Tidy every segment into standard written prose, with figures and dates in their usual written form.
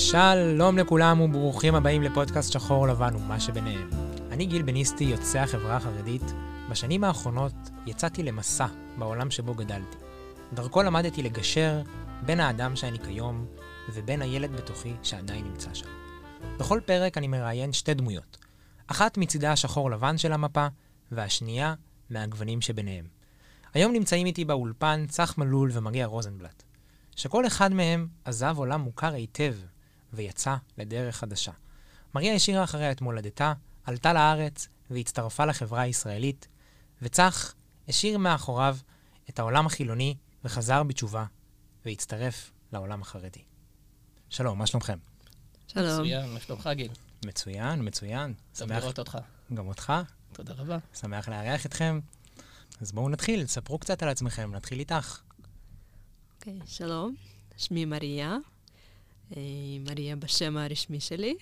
שלום לכולם וברוכים הבאים לפודקאסט שחור לבן ומה שביניהם. אני גיל בניסטי, יוצא החברה החרדית. בשנים האחרונות יצאתי למסע בעולם שבו גדלתי. דרכו למדתי לגשר בין האדם שאני כיום ובין הילד בתוכי שעדיין נמצא שם. בכל פרק אני מראיין שתי דמויות. אחת מצידה השחור לבן של המפה והשנייה מהגוונים שביניהם. היום נמצאים איתי באולפן צח מלול ומריה רוזנבלט. שכל אחד מהם עזב עולם מוכר היטב ויצא לדרך חדשה. מריה השאירה אחריה את מולדתה, עלתה לארץ והצטרפה לחברה הישראלית, וצח השאיר מאחוריו את העולם החילוני וחזר בתשובה והצטרף לעולם החרדי. שלום, מה שלומכם? שלום. מצוין, מה שלומך גיל? מצוין, מצוין. טוב לראות אותך. גם אותך. תודה רבה. שמח לארח אתכם. אז בואו נתחיל, ספרו קצת על עצמכם, נתחיל איתך. אוקיי, שלום. שמי מריה. מריה בשם הרשמי שלי.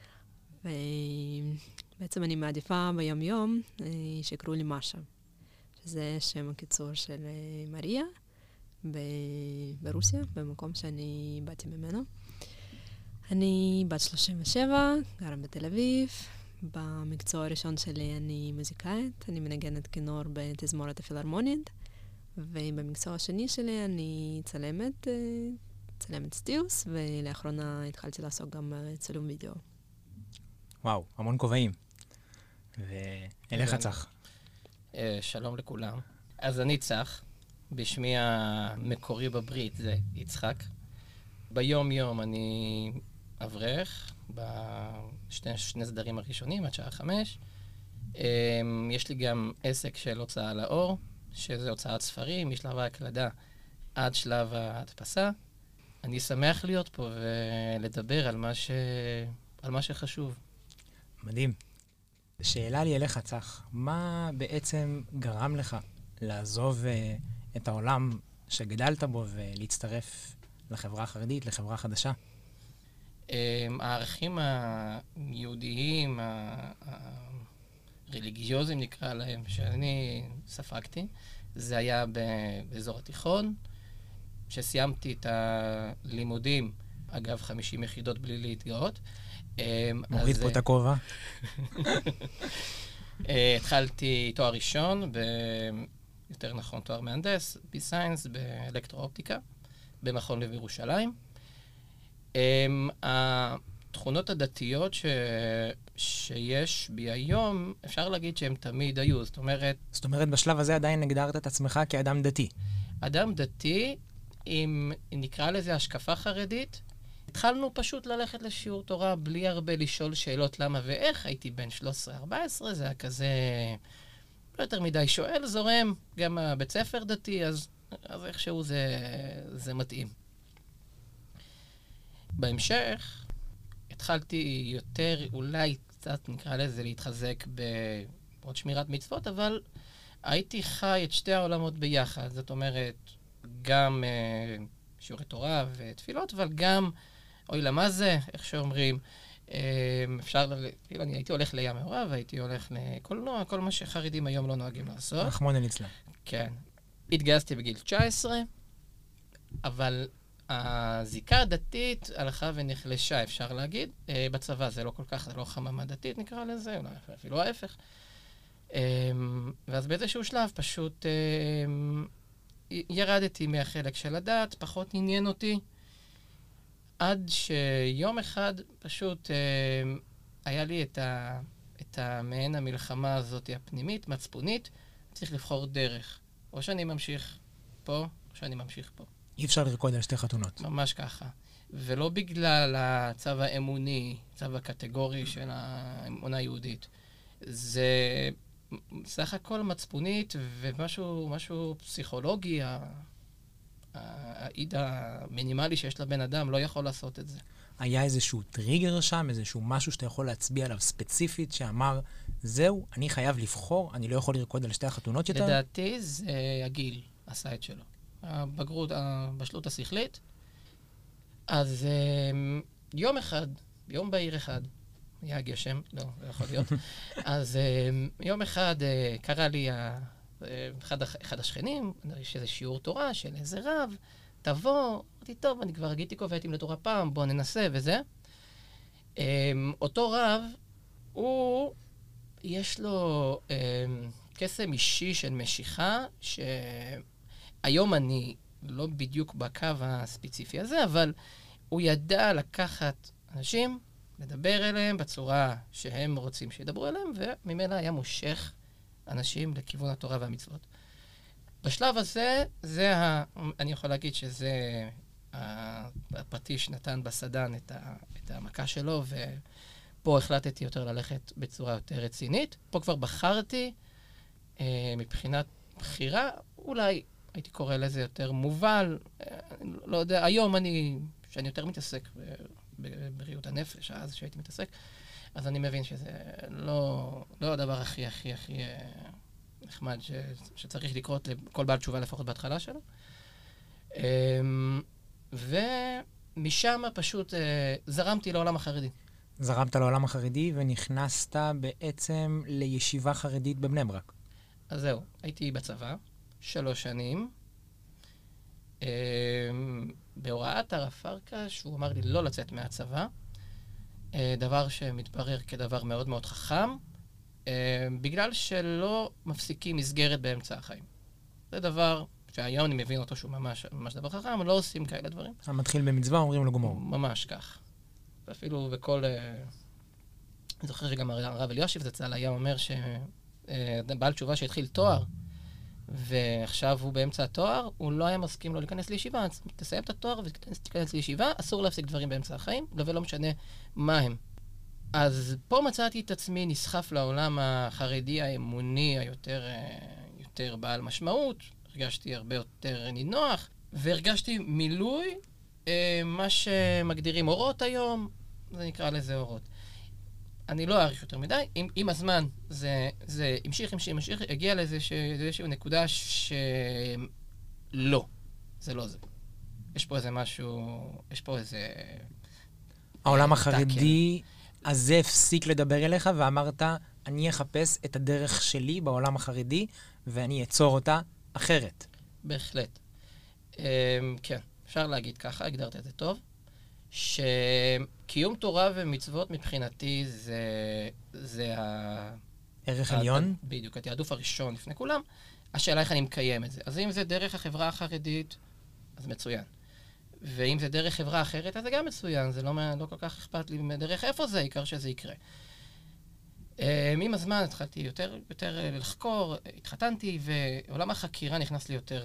ובעצם אני מעדיפה ביום יום שיקראו לי משה. שזה שם הקיצור של מריה ברוסיה, במקום שאני באתי ממנו. אני בת 37, גרה בתל אביב. במקצוע הראשון שלי אני מוזיקאית, אני מנגנת כינור בתזמורת הפילהרמונית, ובמקצוע השני שלי אני צלמת סטיוס, ולאחרונה התחלתי לעסוק גם צילום וידאו. וואו, המון כובעים. ואליך צח. שלום לכולם. אז אני צח, בשמי המקורי בברית זה יצחק. ביום יום אני אברך, בשני סדרים הראשונים, עד שעה 5. יש לי גם עסק של הוצאה לאור, שזה הוצאת ספרים, משלב ההקלדה עד שלב ההדפסה. אני שמח להיות פה ולדבר על מה שחשוב. מדהים. שאלה לי אליך, צח, מה בעצם גרם לך לעזוב את העולם שגדלת בו ולהצטרף לחברה החרדית, לחברה חדשה? הערכים היהודיים, הרליגיוזיים נקרא להם, שאני ספגתי, זה היה באזור התיכון, שסיימתי את הלימודים, אגב 50 יחידות בלי להתגאות. מוריד פה את הכובע. התחלתי תואר ראשון, יותר נכון תואר מהנדס, בי-סיינס, באלקטרו-אופטיקה, במכון לב ירושלים. התכונות הדתיות שיש בי היום, אפשר להגיד שהן תמיד היו. זאת אומרת, בשלב הזה עדיין הגדרת את עצמך כאדם דתי. אדם דתי, אם נקרא לזה השקפה חרדית, התחלנו פשוט ללכת לשיעור תורה בלי הרבה לשאול שאלות למה ואיך. הייתי בן 13-14, זה היה כזה לא יותר מדי שואל, זורם. גם הבית ספר דתי, אז איכשהו זה מתאים. בהמשך, התחלתי יותר, אולי קצת נקרא לזה להתחזק בעוד שמירת מצוות, אבל הייתי חי את שתי העולמות ביחד. זאת אומרת, גם שיעורי תורה ותפילות, אבל גם, אוי למה זה, איך שאומרים, אני הייתי הולך לים מעורב, הייתי הולך לקולנוע, כל מה שחרדים היום לא נוהגים לעשות. רחמנא ליצלן. כן. התגייסתי בגיל 19, אבל הזיקה הדתית הלכה ונחלשה, אפשר להגיד. בצבא זה לא כל כך, זה לא חממה דתית נקרא לזה, אולי אפילו ההפך. ואז באיזשהו שלב פשוט ירדתי מהחלק של הדת, פחות עניין אותי, עד שיום אחד פשוט היה לי את המעין המלחמה הזאת הפנימית, מצפונית, צריך לבחור דרך. או שאני ממשיך פה, או שאני ממשיך פה. אי אפשר לרקוד על שתי חתונות. ממש ככה. ולא בגלל הצו האמוני, צו הקטגורי של האמונה היהודית. זה סך הכל מצפונית ומשהו פסיכולוגי, העיד המינימלי שיש לבן אדם לא יכול לעשות את זה. היה איזשהו טריגר שם, איזשהו משהו שאתה יכול להצביע עליו ספציפית, שאמר, זהו, אני חייב לבחור, אני לא יכול לרקוד על שתי החתונות יותר? לדעתי זה הגיל עשה את שלו. הבשלות השכלית. אז יום בהיר אחד, היה גשם, לא יכול להיות. אז יום אחד קרא לי אחד השכנים, יש איזה שיעור תורה של איזה רב, תבוא, אמרתי, טוב, אני כבר הגיתי קובעתים לתורה פעם, בוא ננסה וזה. אותו רב, יש לו קסם אישי של משיכה, שהיום אני לא בדיוק בקו הספציפי הזה, אבל הוא ידע לקחת אנשים, לדבר אליהם בצורה שהם רוצים שידברו אליהם, וממילא היה מושך אנשים לכיוון התורה והמצוות. בשלב הזה, אני יכול להגיד שזה הפטיש נתן בסדן את המכה שלו, ופה החלטתי יותר ללכת בצורה יותר רצינית. פה כבר בחרתי, מבחינת בחירה, אולי הייתי קורא לזה יותר מובל, לא יודע, היום שאני יותר מתעסק בבריאות הנפש, אז שהייתי מתעסק, אז אני מבין שזה לא הדבר הכי נחמד שצריך לקרות לכל בעל תשובה לפחות בהתחלה שלו. ומשם פשוט זרמתי לעולם החרדי. זרמת לעולם החרדי ונכנסת בעצם לישיבה חרדית בבני ברק. אז זהו, הייתי בצבא 3 שנים, בהוראת הרב פרקש, הוא אמר לי לא לצאת מהצבא, דבר שמתברר כדבר מאוד מאוד חכם, בגלל שלא מפסיקים מסגרת באמצע החיים. זה דבר שהיום אני מבין אותו שהוא ממש דבר חכם, אבל לא עושים כאלה דברים. המתחיל במצווה, אומרים לו גמור. ממש כך. ואפילו בכל... אני זוכר שגם הרב אלישיב זצ"ל היה אומר שבעל תשובה שהתחיל תואר, ועכשיו הוא באמצע התואר, הוא לא היה מסכים לו להיכנס לישיבה, אז תסיים את התואר ותיכנס לישיבה, אסור להפסיק דברים באמצע החיים, ולא משנה מה הם. אז פה מצאתי את עצמי נסחף לעולם החרדי האמוני היותר בעל משמעות, הרגשתי הרבה יותר נינוח, והרגשתי מילוי, מה שמגדירים אורות היום, זה נקרא לזה אורות. אני לא אעריך יותר מדי, עם הזמן זה המשיך, הגיע לאיזושהי נקודה שלא, זה לא זה. יש פה איזה משהו, יש פה איזה... העולם החרדי הזה הפסיק לדבר אליך ואמרת, אני אחפש את הדרך שלי בעולם החרדי ואני אצור אותה אחרת. בהחלט. כן, אפשר להגיד ככה, הגדרת את זה טוב. שקיום תורה ומצוות מבחינתי זה ערך עליון? בדיוק, התעדוף הראשון לפני כולם. השאלה איך אני מקיים את זה. אז אם זה דרך החברה החרדית, אז מצוין. ואם זה דרך חברה אחרת, אז זה גם מצוין. זה לא כל כך אכפת לי דרך איפה זה, העיקר שזה יקרה. עם הזמן התחלתי יותר לחקור, התחתנתי, ועולם החקירה נכנס לי יותר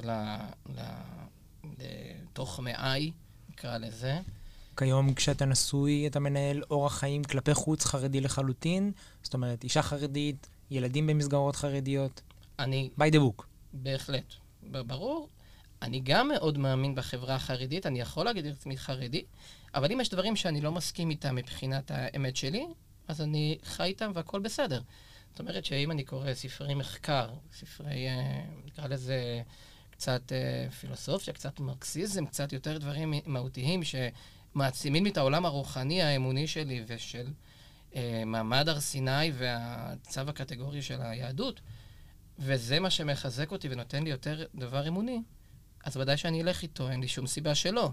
לתוך מאי, נקרא לזה. כיום כשאתה נשוי, אתה מנהל אורח חיים כלפי חוץ חרדי לחלוטין, זאת אומרת, אישה חרדית, ילדים במסגרות חרדיות. by the book. בהחלט, ברור. אני גם מאוד מאמין בחברה החרדית, אני יכול להגיד את עצמי חרדי, אבל אם יש דברים שאני לא מסכים איתם מבחינת האמת שלי, אז אני חי איתם והכל בסדר. זאת אומרת שאם אני קורא ספרי מחקר, ספרי, נקרא לזה קצת פילוסופיה, קצת מרקסיזם, קצת יותר דברים מהותיים שמעצימים לי את העולם הרוחני האמוני שלי ושל מעמד הר סיני והצו הקטגורי של היהדות, וזה מה שמחזק אותי ונותן לי יותר דבר אמוני, אז ודאי שאני אלך איתו, אין לי שום סיבה שלא.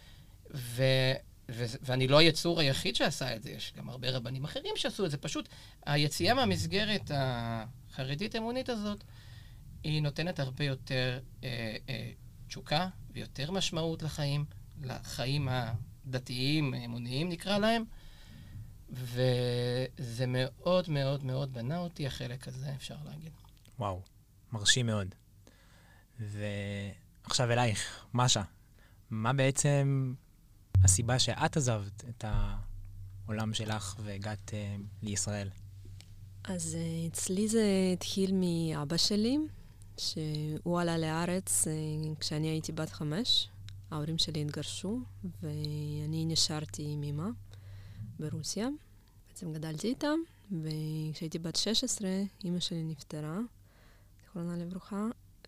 ואני לא היצור היחיד שעשה את זה, יש גם הרבה רבנים אחרים שעשו את זה, פשוט היציאה מהמסגרת החרדית אמונית הזאת, היא נותנת הרבה יותר תשוקה ויותר משמעות לחיים הדתיים, האמוניים נקרא להם, וזה מאוד מאוד מאוד בנה אותי החלק הזה, אפשר להגיד. וואו, מרשים מאוד. ועכשיו אלייך, משה, מה בעצם הסיבה שאת עזבת את העולם שלך והגעת לישראל? אז אצלי זה התחיל מאבא שלי, שהוא עלה לארץ כשאני הייתי בת 5. ההורים שלי התגרשו, ואני נשארתי עם אמא ברוסיה. בעצם גדלתי איתם, וכשהייתי בת 16, אמא שלי נפטרה, זיכרונה לברכה,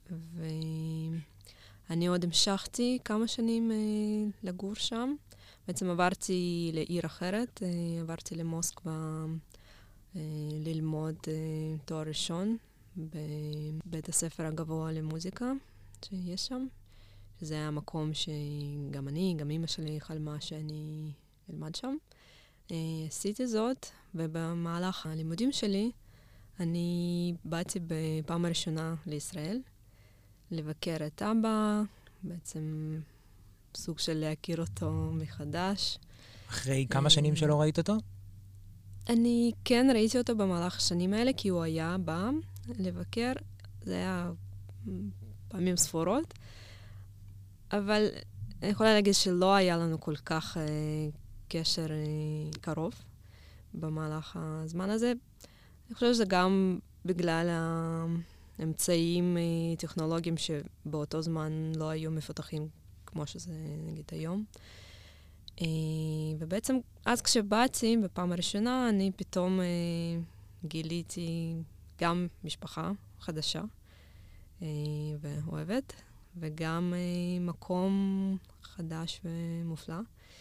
ואני עוד המשכתי כמה שנים לגור שם. בעצם עברתי לעיר אחרת, עברתי למוסקבה ללמוד תואר ראשון בבית הספר הגבוה למוזיקה שיש שם, שזה היה מקום שגם אני, גם אמא שלי חלמה שאני אלמד שם. עשיתי זאת, ובמהלך הלימודים שלי, אני באתי בפעם הראשונה לישראל, לבקר את אבא, בעצם סוג של להכיר אותו מחדש. אחרי כמה שנים שלא ראית אותו? אני כן ראיתי אותו במהלך השנים האלה, כי הוא היה בא לבקר, זה היה פעמים ספורות, אבל אני יכולה להגיד שלא היה לנו כל כך קשר קרוב במהלך הזמן הזה. אני חושבת שזה גם בגלל האמצעים טכנולוגיים שבאותו זמן לא היו מפותחים כמו שזה נגיד היום. ובעצם אז כשבאתי בפעם הראשונה, אני פתאום גיליתי גם משפחה חדשה ואוהבת, וגם מקום חדש ומופלא.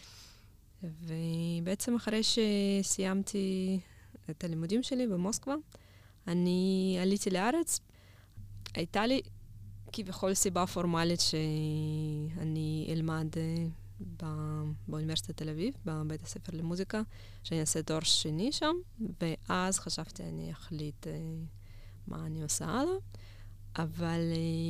ובעצם אחרי שסיימתי את הלימודים שלי במוסקבה, אני עליתי לארץ. הייתה לי כביכול סיבה פורמלית שאני אלמד באוניברסיטת תל אביב, בבית הספר למוזיקה, שאני אעשה תואר שני שם, ואז חשבתי אני אחליט מה אני עושה הלאה. אבל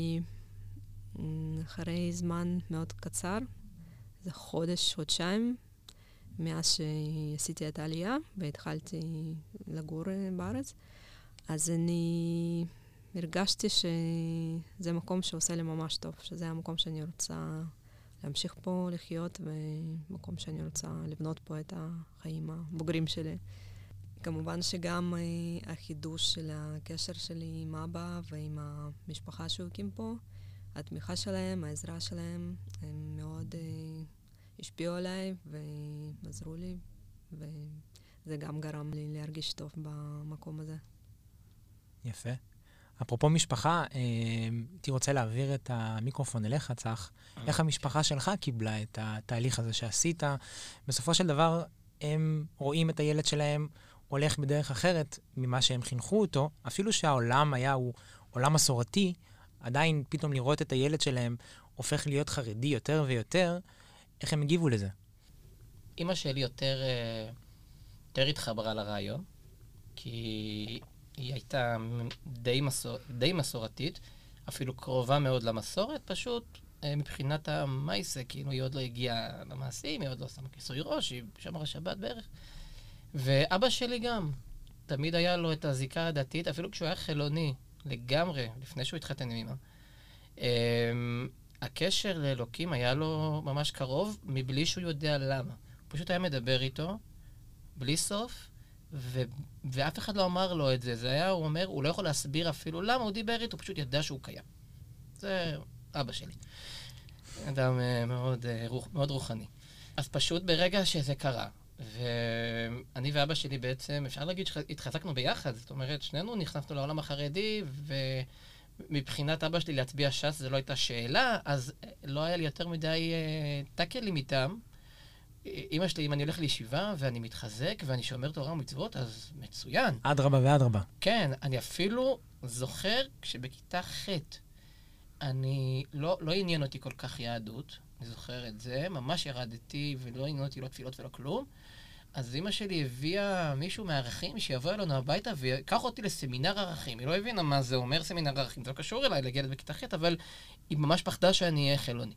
אחרי זמן מאוד קצר, זה חודש, חודשיים, מאז שעשיתי את העלייה והתחלתי לגור בארץ, אז אני הרגשתי שזה מקום שעושה לי ממש טוב, שזה המקום שאני רוצה להמשיך פה לחיות, ומקום שאני רוצה לבנות פה את החיים הבוגרים שלי. כמובן שגם החידוש של הקשר שלי עם אבא ועם המשפחה שהוא הקים פה, התמיכה שלהם, העזרה שלהם, הם מאוד השפיעו עליי ועזרו לי, וזה גם גרם לי להרגיש טוב במקום הזה. יפה. אפרופו משפחה, הייתי רוצה להעביר את המיקרופון אליך, צח. איך המשפחה שלך קיבלה את התהליך הזה שעשית? בסופו של דבר, הם רואים את הילד שלהם הולך בדרך אחרת ממה שהם חינכו אותו, אפילו שהעולם הוא עולם מסורתי, עדיין פתאום לראות את הילד שלהם הופך להיות חרדי יותר ויותר, איך הם הגיבו לזה? אמא שלי יותר התחברה לרעיון, כי היא הייתה די מסורתית, אפילו קרובה מאוד למסורת, פשוט מבחינת המייסה, כאילו היא עוד לא הגיעה למעשים, היא עוד לא שמה כיסוי ראש, היא שמרה שבת בערך. ואבא שלי גם, תמיד היה לו את הזיקה הדתית, אפילו כשהוא היה חילוני לגמרי, לפני שהוא התחתן עם אמא. הקשר לאלוקים היה לו ממש קרוב, מבלי שהוא יודע למה. הוא פשוט היה מדבר איתו, בלי סוף, ואף אחד לא אמר לו את זה. זה היה, הוא אומר, הוא לא יכול להסביר אפילו למה הוא דיבר איתו, הוא פשוט ידע שהוא קיים. זה אבא שלי. אדם מאוד רוחני. אז פשוט ברגע שזה קרה, ואני ואבא שלי בעצם, אפשר להגיד שהתחזקנו ביחד, זאת אומרת, שנינו נכנסנו לעולם החרדי, ומבחינת אבא שלי להצביע ש"ס זה לא הייתה שאלה, אז לא היה לי יותר מדי טאקלים איתם. אמא שלי, אם אני הולך לישיבה ואני מתחזק ואני שומר תורה ומצוות, אז מצוין. אדרבה ואדרבה. כן, אני אפילו זוכר כשבכיתה ח' אני לא עניין אותי כל כך יהדות, אני זוכר את זה, ממש ירדתי ולא עניין אותי לא תפילות ולא כלום. אז אמא שלי הביאה מישהו מהערכים שיבוא אלינו הביתה ויקח אותי לסמינר ערכים. היא לא הבינה מה זה אומר סמינר ערכים, זה לא קשור אליי לגלת בכיתה ח', אבל היא ממש פחדה שאני אהיה חילוני.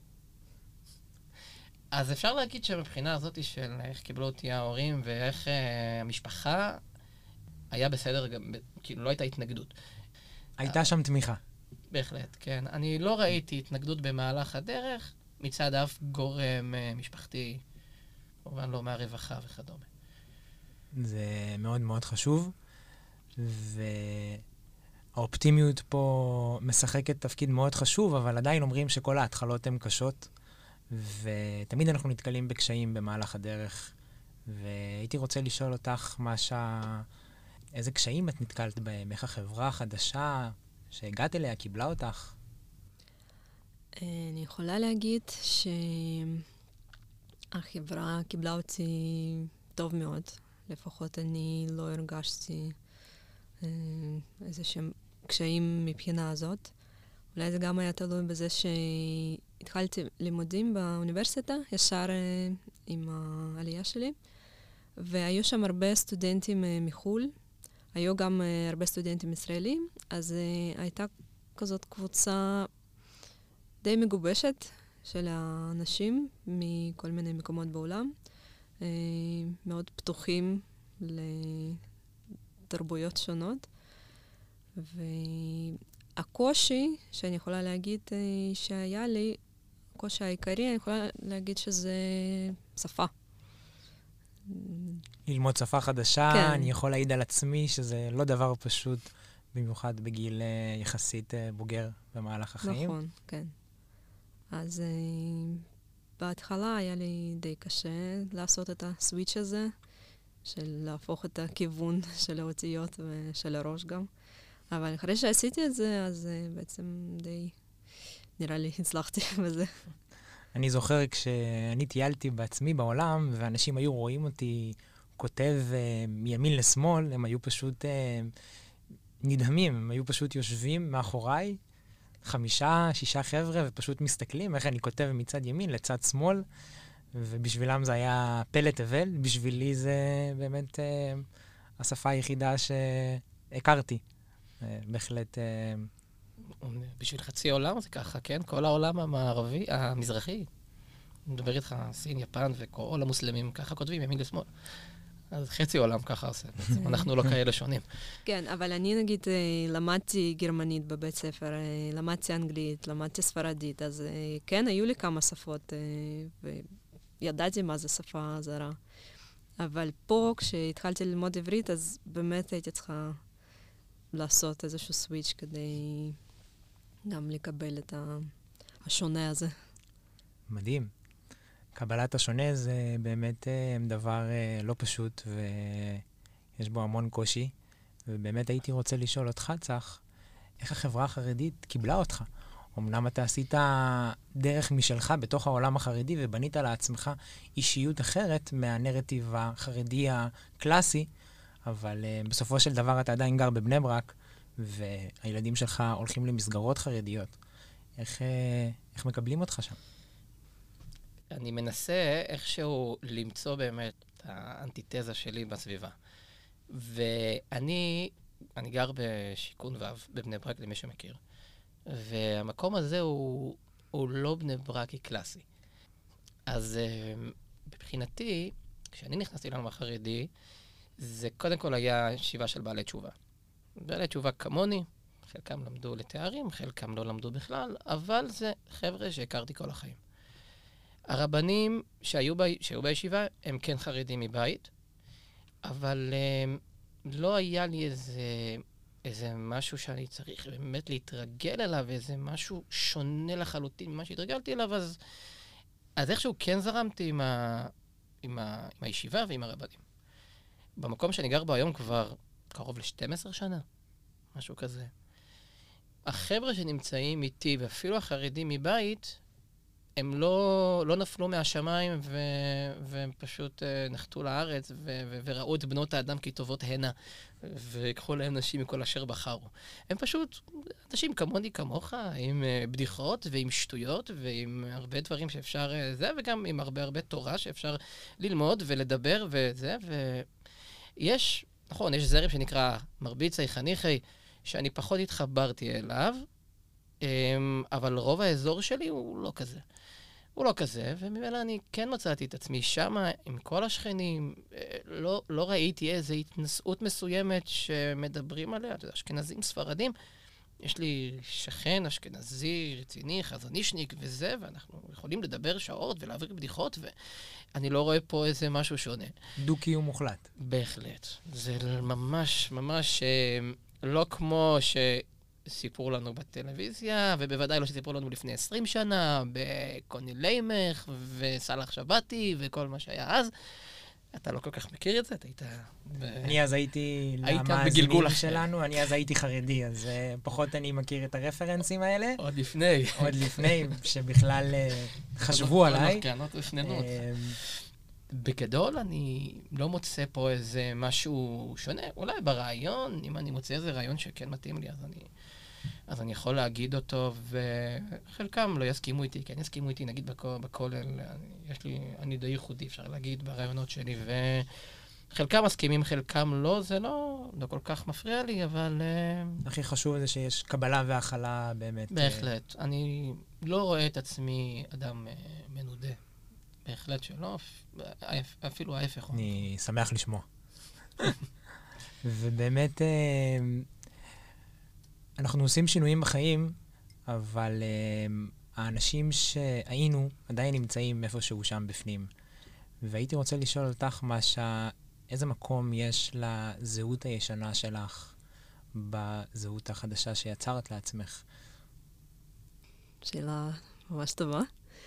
אז אפשר להגיד שמבחינה הזאת של איך קיבלו אותי ההורים ואיך המשפחה היה בסדר, כאילו לא הייתה התנגדות. הייתה שם תמיכה. בהחלט, כן. אני לא ראיתי התנגדות במהלך הדרך, מצד אף גורם משפחתי, כמובן לא מהרווחה וכדומה. זה מאוד מאוד חשוב, והאופטימיות פה משחקת תפקיד מאוד חשוב, אבל עדיין אומרים שכל ההתחלות הן קשות, ותמיד אנחנו נתקלים בקשיים במהלך הדרך, והייתי רוצה לשאול אותך, משה, איזה קשיים את נתקלת בהם? איך החברה החדשה שהגעת אליה קיבלה אותך? אני יכולה להגיד שהחברה קיבלה אותי טוב מאוד. לפחות אני לא הרגשתי איזה שהם קשיים מבחינה הזאת. אולי זה גם היה תלוי בזה שהתחלתי לימודים באוניברסיטה, ישר עם העלייה שלי. והיו שם הרבה סטודנטים מחול, היו גם הרבה סטודנטים ישראלים, אז הייתה כזאת קבוצה די מגובשת של האנשים מכל מיני מקומות בעולם, מאוד פתוחים לתרבויות שונות, והקושי שאני יכולה להגיד שהיה לי, הקושי העיקרי, אני יכולה להגיד שזה שפה. ללמוד שפה חדשה, כן. אני יכול להעיד על עצמי שזה לא דבר פשוט, במיוחד בגיל יחסית בוגר במהלך החיים. נכון, כן. אז בהתחלה היה לי די קשה לעשות את הסוויץ' הזה, של להפוך את הכיוון של האותיות ושל הראש גם. אבל אחרי שעשיתי את זה, אז בעצם די, נראה לי, הצלחתי בזה. אני זוכר כשאני טיילתי בעצמי בעולם, ואנשים היו רואים אותי כותב מימין לשמאל, הם היו פשוט נדהמים, הם היו פשוט יושבים מאחוריי, 5-6 חבר'ה, ופשוט מסתכלים איך אני כותב מצד ימין לצד שמאל, ובשבילם זה היה פלא תבל, בשבילי זה באמת השפה היחידה שהכרתי. בהחלט... בשביל חצי עולם זה ככה, כן? כל העולם המערבי, המזרחי. מדבר איתך, סין, יפן וכל המוסלמים ככה כותבים, ימין לשמאל. אז חצי עולם ככה עושה. אנחנו לא כאלה שונים. כן, אבל אני נגיד למדתי גרמנית בבית ספר, למדתי אנגלית, למדתי ספרדית, אז כן, היו לי כמה שפות, וידעתי מה זה שפה זרה. אבל פה, כשהתחלתי ללמוד עברית, אז באמת הייתי צריכה לעשות איזשהו סוויץ' כדי גם לקבל את השונה הזה. מדהים. קבלת השונה זה באמת דבר לא פשוט, ויש בו המון קושי. ובאמת הייתי רוצה לשאול אותך, צח, איך החברה החרדית קיבלה אותך? אמנם אתה עשית דרך משלך בתוך העולם החרדי, ובנית לעצמך אישיות אחרת מהנרטיב החרדי הקלאסי, אבל בסופו של דבר אתה עדיין גר בבני ברק, והילדים שלך הולכים למסגרות חרדיות. איך מקבלים אותך שם? אני מנסה איכשהו למצוא באמת את האנטיתזה שלי בסביבה. ואני גר בשיכון ו' בבני ברק, למי שמכיר. והמקום הזה הוא לא בני ברקי קלאסי. אז מבחינתי, כשאני נכנסתי לעולם החרדי, זה קודם כל היה ישיבה של בעלי תשובה. בעלי תשובה כמוני, חלקם למדו לתארים, חלקם לא למדו בכלל, אבל זה חבר'ה שהכרתי כל החיים. הרבנים שהיו בישיבה הם כן חרדים מבית, אבל לא היה לי איזה משהו שאני צריך באמת להתרגל אליו, איזה משהו שונה לחלוטין ממה שהתרגלתי אליו, אז איכשהו כן זרמתי עם הישיבה ועם הרבנים. במקום שאני גר בו היום כבר קרוב ל-12 שנה, משהו כזה. החבר'ה שנמצאים איתי, ואפילו החרדים מבית, הם לא נפלו מהשמיים והם פשוט נחתו לארץ וראו את בנות האדם כטובות הנה ויקחו להם נשים מכל אשר בחרו. הם פשוט אנשים כמוני כמוך, עם בדיחות ועם שטויות ועם הרבה דברים שאפשר וגם עם הרבה תורה שאפשר ללמוד ולדבר וזה. ויש, נכון, יש זרם שנקרא מרביצי חניכי, שאני פחות התחברתי אליו, אבל רוב האזור שלי הוא לא כזה. הוא לא כזה, וממילא אני כן מצאתי את עצמי שמה עם כל השכנים, לא ראיתי איזו התנסות מסוימת שמדברים עליה, אתה יודע, אשכנזים, ספרדים. יש לי שכן אשכנזי, רציני, חזנישניק וזה, ואנחנו יכולים לדבר שעות ולהעביר בדיחות, ואני לא רואה פה איזה משהו שונה. דו-קיום מוחלט. בהחלט. זה ממש, ממש לא כמו סיפרו לנו בטלוויזיה, ובוודאי לא שסיפרו לנו לפני 20 שנה, בקוני לימך וסלח שבתי וכל מה שהיה אז. אתה לא כל כך מכיר את זה? אתה היית... אני אז הייתי למאזינים שלנו, אני אז הייתי חרדי, אז פחות אני מכיר את הרפרנסים האלה. עוד לפני. עוד לפני, שבכלל חשבו עליי. בגדול אני לא מוצא פה איזה משהו שונה. אולי ברעיון, אם אני מוצא איזה רעיון שכן מתאים לי, אז אני יכול להגיד אותו, וחלקם לא יסכימו איתי, כן יסכימו איתי, נגיד בכולל, אני די ייחודי, אפשר להגיד, ברעיונות שלי, חלקם מסכימים, חלקם לא, זה לא כל כך מפריע לי, אבל... הכי חשוב זה שיש קבלה והכלה באמת. בהחלט. אני לא רואה את עצמי אדם מנודה. בהחלט שלא, אפילו ההפך. אני שמח לשמוע. ובאמת, אנחנו עושים שינויים בחיים, אבל האנשים שהיינו עדיין נמצאים איפשהו שם בפנים. והייתי רוצה לשאול אותך, משה, איזה מקום יש לזהות הישנה שלך בזהות החדשה שיצרת לעצמך? שאלה ממש טובה.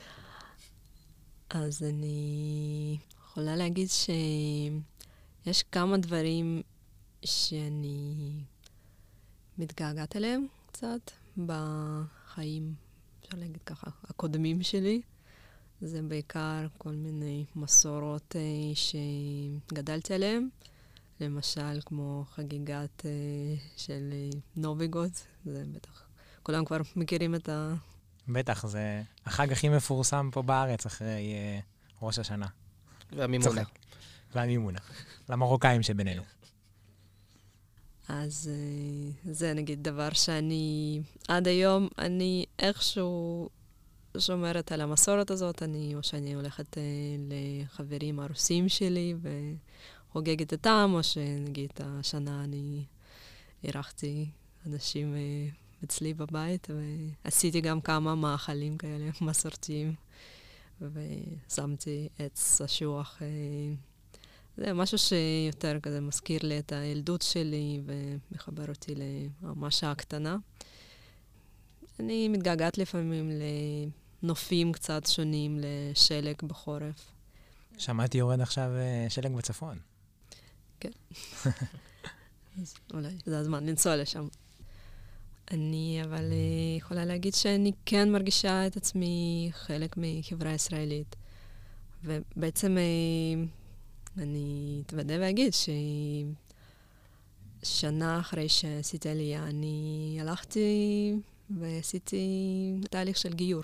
אז אני יכולה להגיד שיש כמה דברים שאני מתגעגעת אליהם קצת בחיים, אפשר להגיד ככה, הקודמים שלי. זה בעיקר כל מיני מסורות שגדלתי עליהן. למשל, כמו חגיגת של נוביגוד. זה בטח, כולם כבר מכירים את ה... בטח, זה החג הכי מפורסם פה בארץ אחרי ראש השנה. והמימונה. והמימונה. למרוקאים שבינינו. אז זה נגיד דבר שאני, עד היום, אני איכשהו שומרת על המסורת הזאת, או שאני הולכת לחברים הרוסים שלי וחוגגת איתם, או שנגיד השנה אני אירחתי אנשים אצלי בבית, ועשיתי גם כמה מאכלים כאלה מסורתיים, ושמתי עץ אשוח. זה משהו שיותר כזה מזכיר לי את הילדות שלי ומחבר אותי לממש הקטנה. אני מתגעגעת לפעמים לנופים קצת שונים, לשלג בחורף. שמעתי יורד עכשיו שלג בצפון. כן. אז אולי זה הזמן לנסוע לשם. אני אבל יכולה להגיד שאני כן מרגישה את עצמי חלק מחברה ישראלית. ובעצם אני אתוודה ואגיד ששנה אחרי שעשיתי עלייה, אני הלכתי ועשיתי תהליך של גיור.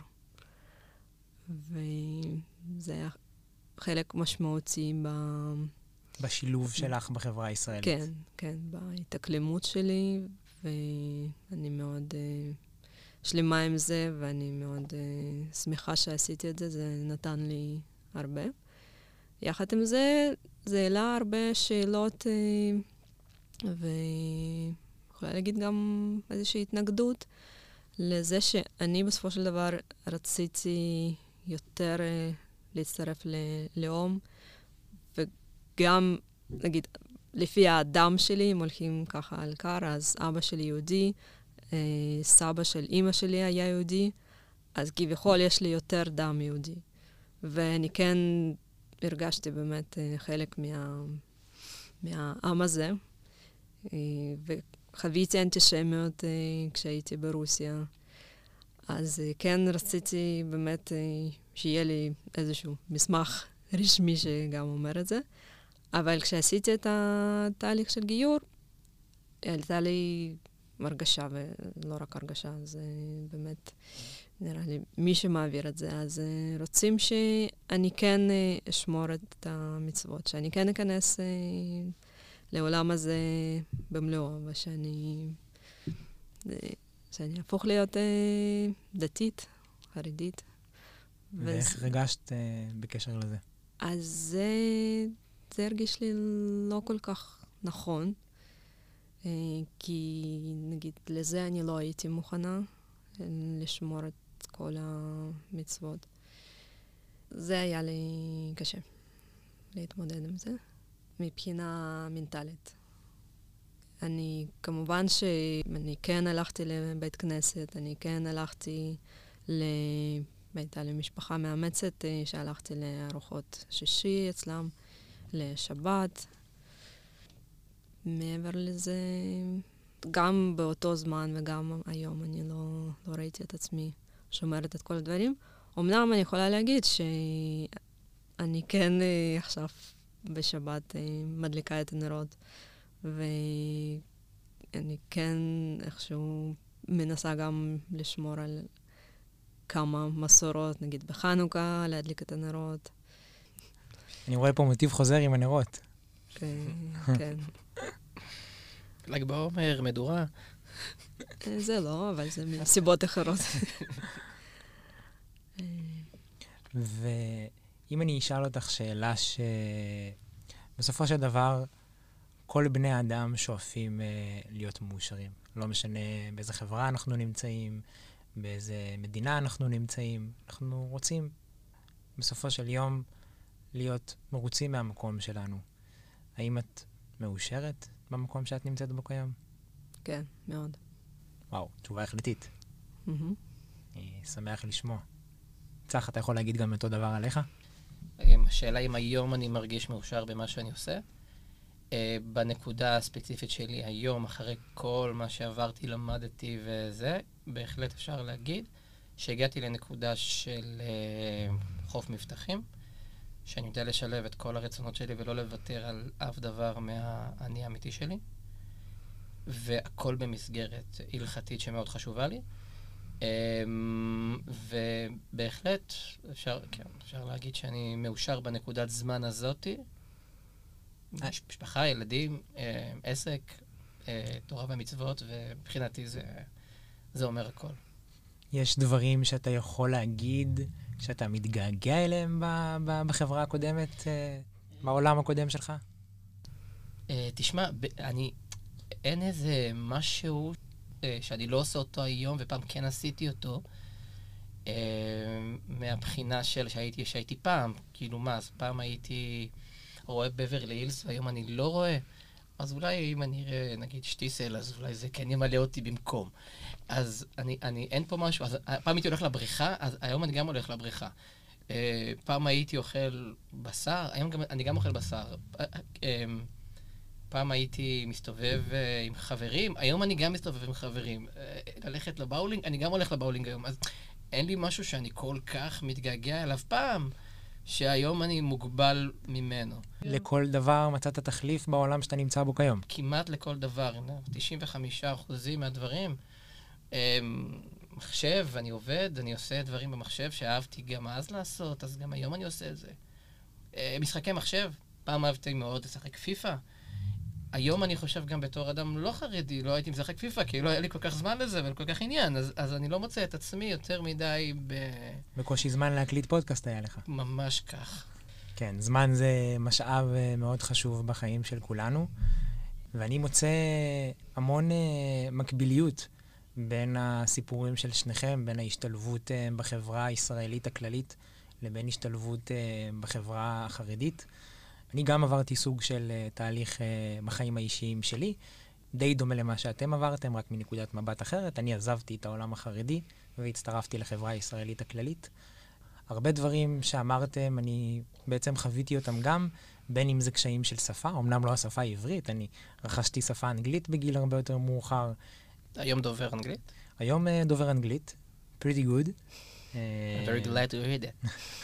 וזה היה חלק משמעותי בשילוב שלך בחברה הישראלית. כן, כן, בהתאקלמות שלי, ואני מאוד שלמה עם זה, ואני מאוד שמחה שעשיתי את זה, זה נתן לי הרבה. יחד עם זה, זה העלה הרבה שאלות, ויכולה להגיד גם איזושהי התנגדות לזה שאני בסופו של דבר רציתי יותר להצטרף ללאום, וגם, נגיד, לפי האדם שלי, אם הולכים ככה על קר, אז אבא שלי יהודי, סבא של אמא שלי היה יהודי, אז כביכול יש לי יותר דם יהודי. ואני כן הרגשתי באמת חלק מהעם הזה, וחוויתי אנטישמיות כשהייתי ברוסיה. אז כן רציתי באמת שיהיה לי איזשהו מסמך רשמי שגם אומר את זה. אבל כשעשיתי את התהליך של גיור, הייתה לי הרגשה, ולא רק הרגשה, זה באמת, נראה לי, מי שמעביר את זה, אז רוצים שאני כן אשמור את המצוות, שאני כן אכנס לעולם הזה במלואו, ושאני אהפוך להיות דתית, חרדית. ואיך הרגשת בקשר לזה? אז זה הרגיש לי לא כל כך נכון, כי נגיד לזה אני לא הייתי מוכנה לשמור את כל המצוות. זה היה לי קשה להתמודד עם זה, מבחינה מנטלית. אני, כמובן שאני כן הלכתי לבית כנסת, אני כן הלכתי הייתה לי משפחה מאמצת שהלכתי לארוחות שישי אצלם, לשבת. מעבר לזה, גם באותו זמן וגם היום אני לא ראיתי את עצמי שומרת את כל הדברים. אמנם אני יכולה להגיד שאני כן עכשיו בשבת מדליקה את הנרות, ואני כן איכשהו מנסה גם לשמור על כמה מסורות, נגיד בחנוכה, להדליק את הנרות. אני רואה פה מוטיב חוזר עם הנרות. כן. ל"ג בעומר, מדורה. זה לא, אבל זה מסיבות אחרות. ואם אני אשאל אותך שאלה שבסופו של דבר כל בני האדם שואפים להיות מאושרים. לא משנה באיזה חברה אנחנו נמצאים, באיזה מדינה אנחנו נמצאים. אנחנו רוצים בסופו של יום להיות מרוצים מהמקום שלנו. האם את מאושרת במקום שאת נמצאת בו כיום? כן, מאוד. וואו, תשובה החלטית. אני שמח לשמוע. צח, אתה יכול להגיד גם אותו דבר עליך? השאלה אם היום אני מרגיש מאושר במה שאני עושה. בנקודה הספציפית שלי היום, אחרי כל מה שעברתי, למדתי וזה, בהחלט אפשר להגיד שהגעתי לנקודה של חוף מבטחים, שאני יודע לשלב את כל הרצונות שלי ולא לוותר על אף דבר מהאני האמיתי שלי, והכל במסגרת הלכתית שמאוד חשובה לי. ובהחלט אפשר להגיד שאני מאושר בנקודת זמן הזאתי. משפחה, ילדים, עסק, תורה ומצוות, ומבחינתי זה אומר הכל. יש דברים שאתה יכול להגיד שאתה מתגעגע אליהם בחברה הקודמת, בעולם הקודם שלך? תשמע, אין איזה משהו שאני לא עושה אותו היום, ופעם כן עשיתי אותו, מהבחינה שהייתי פעם. כאילו מה, אז פעם הייתי רואה בברלי הילס, והיום אני לא רואה. אז אולי אם אני אראה, נגיד, שטיסל, אז אולי זה כן ימלא אותי במקום. אז אין פה משהו. אז פעם הייתי הולך לבריכה, אז היום אני גם הולך לבריכה. פעם הייתי אוכל בשר, היום אני גם אוכל בשר. פעם הייתי מסתובב עם חברים, היום אני גם מסתובב עם חברים. ללכת לבאולינג, אני גם הולך לבאולינג היום. אז אין לי משהו שאני כל כך מתגעגע אליו פעם, שהיום אני מוגבל ממנו. לכל דבר מצאת תחליף בעולם שאתה נמצא בו כיום? כמעט לכל דבר, 95% מהדברים. מחשב, אני עובד, אני עושה דברים במחשב שאהבתי גם אז לעשות, אז גם היום אני עושה את זה. משחקי מחשב, פעם אהבתי מאוד לשחק פיפה. היום אני חושב גם בתור אדם לא חרדי, לא הייתי משחק פיפה, כי לא היה לי כל כך זמן לזה וכל כך עניין, אז אני לא מוצא את עצמי יותר מדי בקושי זמן להקליט פודקאסט היה לך. ממש כך. כן, זמן זה משאב מאוד חשוב בחיים של כולנו, ואני מוצא המון מקביליות בין הסיפורים של שניכם, בין ההשתלבות בחברה הישראלית הכללית, לבין השתלבות בחברה החרדית. אני גם עברתי סוג של תהליך בחיים האישיים שלי, די דומה למה שאתם עברתם, רק מנקודת מבט אחרת. אני עזבתי את העולם החרדי והצטרפתי לחברה הישראלית הכללית. הרבה דברים שאמרתם, אני בעצם חוויתי אותם גם, בין אם זה קשיים של שפה, אמנם לא השפה העברית, אני רכשתי שפה אנגלית בגיל הרבה יותר מאוחר. היום דובר אנגלית? היום דובר אנגלית, pretty good. I'm very glad to hear that.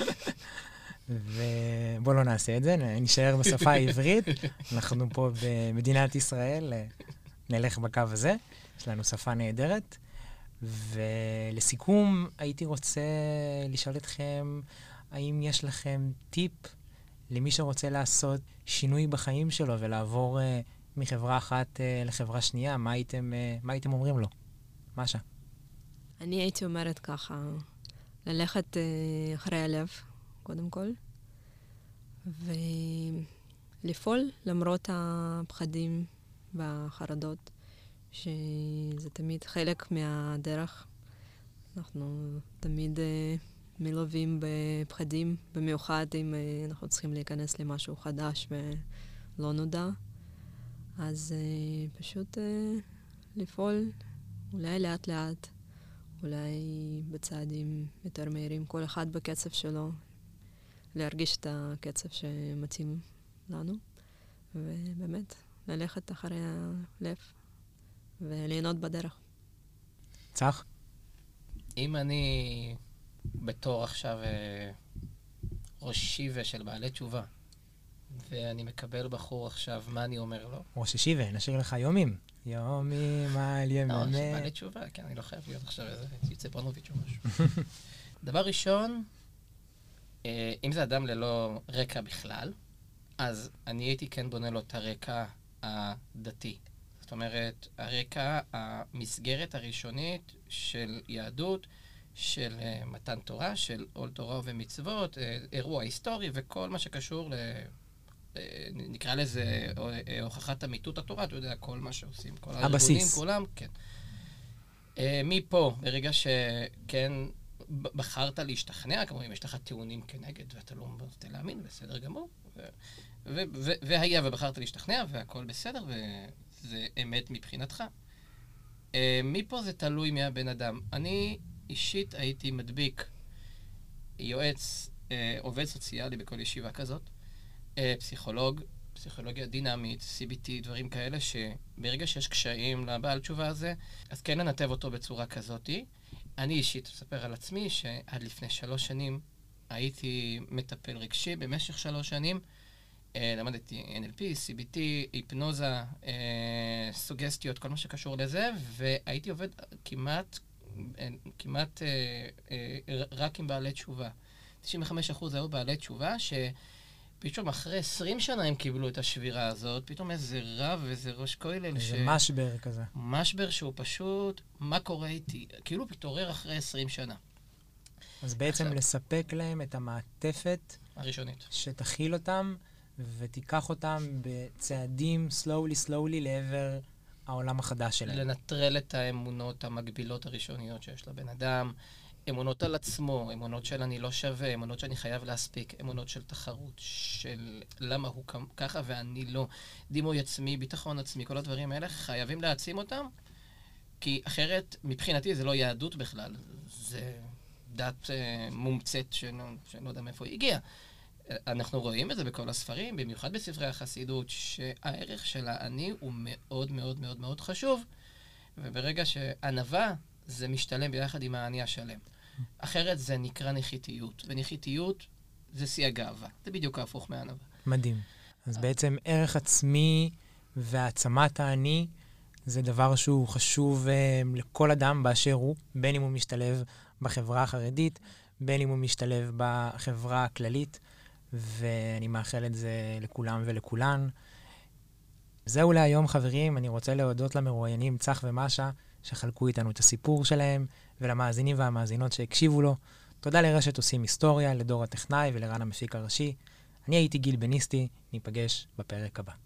ובוא לא נעשה את זה, נשאר בשפה העברית. אנחנו פה במדינת ישראל, נלך בקו הזה. יש לנו שפה נהדרת. ולסיכום, הייתי רוצה לשאול אתכם, האם יש לכם טיפ למי שרוצה לעשות שינוי בחיים שלו ולעבור מחברה אחת לחברה שנייה? מה הייתם אומרים לו? משה? אני הייתי אומרת ככה, ללכת אחרי הלב, קודם כל, ולפעול למרות הפחדים והחרדות, שזה תמיד חלק מהדרך. אנחנו תמיד מלווים בפחדים, במיוחד אם אנחנו צריכים להיכנס למשהו חדש ולא נודע. אז פשוט לפעול, אולי לאט לאט, אולי בצעדים יותר מהירים, כל אחד בקצב שלו, להרגיש את הקצב שמתאים לנו, ובאמת, ללכת אחרי הלב וליהנות בדרך. צח? אם אני בתור עכשיו ראש שיבה של בעלי תשובה, ואני מקבל בחור עכשיו, מה אני אומר לו? ראש שיבה, נשאיר לך יומים. יומים על ימנה. לא, שבעלי תשובה, כן, אני לא חייב להיות עכשיו איזה יוצא פרנוביץ' או משהו. דבר ראשון, אם זה אדם ללא רקע בכלל, אז אני הייתי כן בונה לו את הרקע הדתי. זאת אומרת, הרקע, המסגרת הראשונית של יהדות, של מתן תורה, של עול תורה ומצוות, אירוע היסטורי וכל מה שקשור נקרא לזה הוכחת אמיתות התורה, אתה יודע, כל מה שעושים, כל הארגונים, כולם, כן. מפה, ברגע שכן בחרת להשתכנע, כמו אם יש לך טיעונים כנגד ואתה לא רוצה להאמין, בסדר גמור. והיה ובחרת להשתכנע והכל בסדר וזה אמת מבחינתך. מפה זה תלוי מהבן אדם. אני אישית הייתי מדביק יועץ, עובד סוציאלי בכל ישיבה כזאת, פסיכולוג, פסיכולוגיה דינמית, CBT, דברים כאלה שברגע שיש קשיים לבעל תשובה הזה, אז כן לנתב אותו בצורה כזאת. אני אישית אספר על עצמי שעד לפני 3 שנים הייתי מטפל רגשי במשך 3 שנים, למדתי NLP, CBT, היפנוזה, סוגסטיות, כל מה שקשור לזה, והייתי עובד כמעט רק עם בעלי תשובה. 95% היו בעלי תשובה שפתאום אחרי 20 שנה הם קיבלו את השבירה הזאת, פתאום איזה רב ואיזה ראש כולל איזה משבר כזה. משבר שהוא פשוט, מה קורה איתי? כאילו פתעורר אחרי 20 שנה. אז בעצם לספק להם את המעטפת הראשונית. שתכיל אותם ותיקח אותם בצעדים slowly לעבר העולם החדש שלהם. לנטרל את האמונות המגבילות הראשוניות שיש לבן אדם, אמונות על עצמו, אמונות של אני לא שווה, אמונות שאני חייב להספיק, אמונות של תחרות, של למה הוא ככה ואני לא, דימוי עצמי, ביטחון עצמי, כל הדברים האלה חייבים להעצים אותם, כי אחרת מבחינתי זה לא יהדות בכלל, זה דת מומצאת שאני לא יודע מאיפה היא הגיעה. אנחנו רואים את זה בכל הספרים, במיוחד בספרי החסידות, שהערך של האני הוא מאוד מאוד מאוד מאוד חשוב, וברגע שענווה זה משתלם ביחד עם האני השלם. אחרת זה נקרא נחיתיות, ונחיתיות זה שיא הגאווה. זה בדיוק ההפוך מהענווה. מדהים. אז בעצם ערך עצמי והעצמת האני זה דבר שהוא חשוב לכל אדם באשר הוא, בין אם הוא משתלב בחברה החרדית, בין אם הוא משתלב בחברה הכללית, ואני מאחל את זה לכולם ולכולן. זהו להיום, חברים. אני רוצה להודות למרואיינים צח ומשה, שחלקו איתנו את הסיפור שלהם, ולמאזינים והמאזינות שהקשיבו לו. תודה לרשת עושים היסטוריה, לדור הטכנאי ולרן המפיק הראשי. אני הייתי גיל בניסטי, ניפגש בפרק הבא.